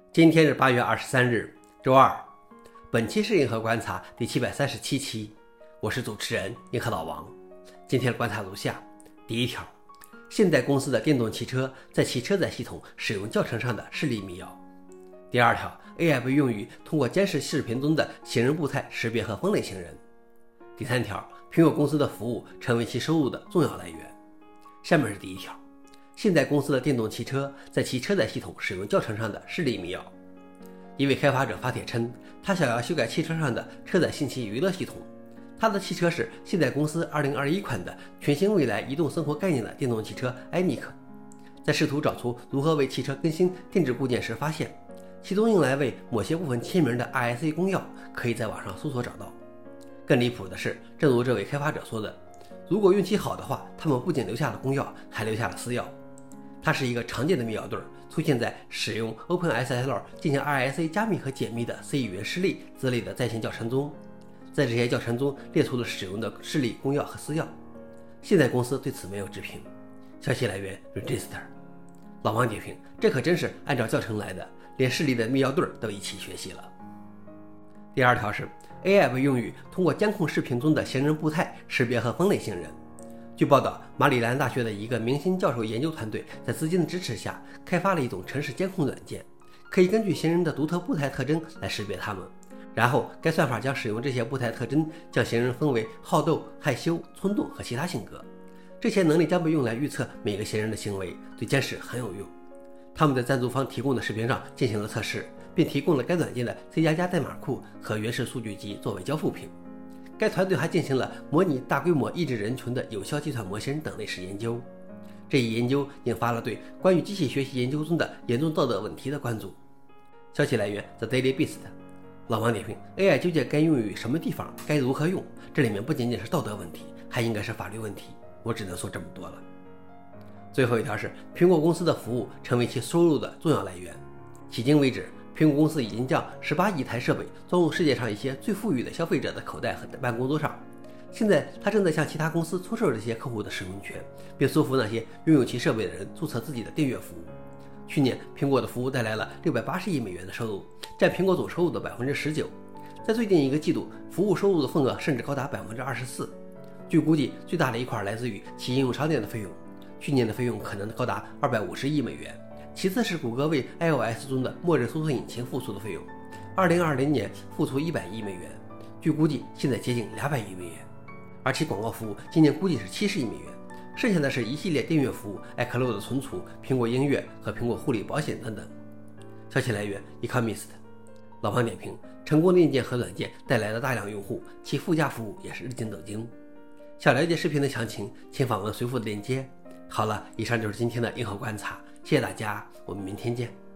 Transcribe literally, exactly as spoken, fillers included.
今天是八月二十三日，周二。本期是银河观察第七百三十七期，我是主持人银河老王。今天的观察如下：第一条，现代公司的电动汽车在其车载系统使用教程上的视力密钥。第二条 ，A I 被用于通过监视视频中的行人步态识别和分类行人。第三条，苹果公司的服务成为其收入的重要来源。下面是第一条。现代公司的电动汽车在其车载系统使用教程上的视力密钥。一位开发者发帖称，他想要修改汽车上的车载信息娱乐系统。他的汽车是现代公司二零二一款的全新未来移动生活概念的电动汽车埃尼克。在试图找出如何为汽车更新定制部件时，发现其中用来为某些部分签名的 R S A 公钥可以在网上搜索找到。更离谱的是，正如这位开发者说的，如果运气好的话，他们不仅留下了公钥，还留下了私钥。它是一个常见的密钥对，出现在使用 OpenSSL 进行 R S A 加密和解密的 C 语言示例之类的在线教程中。在这些教程中列出了使用的示例公钥和私钥。现在公司对此没有置评。消息来源 Register。 老王点评，这可真是按照教程来的，连示例的密钥对都一起学习了。第二条是 A I 被用于通过监控视频中的行人步态识别和分类行人。据报道，马里兰大学的一个明星教授研究团队在资金的支持下，开发了一种城市监控软件，可以根据行人的独特步态特征来识别他们。然后，该算法将使用这些步态特征，将行人分为好斗、害羞、冲动和其他性格。这些能力将被用来预测每个行人的行为，对监视很有用。他们在赞助方提供的视频上进行了测试，并提供了该软件的 C 加加代码库和原始数据集作为交付品。该团队还进行了模拟大规模抑制人群的有效计算模型等类似研究。这一研究引发了对关于机器学习研究中的严重道德问题的关注。消息来源 The Daily Beast。 老王点评， A I 究竟该用于什么地方，该如何用，这里面不仅仅是道德问题，还应该是法律问题。我只能说这么多了。最后一条是苹果公司的服务成为其收入的重要来源。迄今为止，苹果公司已经将十八亿台设备装入世界上一些最富裕的消费者的口袋和办公桌上。现在，它正在向其他公司出售这些客户的使用权，并说服那些拥有其设备的人注册自己的订阅服务。去年，苹果的服务带来了六百八十亿美元的收入，占苹果总收入的百分之十九。在最近一个季度，服务收入的份额甚至高达百分之二十四。据估计，最大的一块来自于其应用商店的费用，去年的费用可能高达二百五十亿美元。其次是谷歌为 iOS 中的默认搜索引擎付出的费用，二零二零年付出一百亿美元，据估计现在接近两百亿美元。而其广告服务今年估计是七十亿美元，剩下的是一系列订阅服务 iCloud 的存储、苹果音乐和苹果护理保险等等。消息来源 Economist。 老王点评，成功的硬件和软件带来了大量用户，其附加服务也是日进斗金。想了解视频的详情，请访问随附的链接。好了，以上就是今天的银河观察，谢谢大家，我们明天见。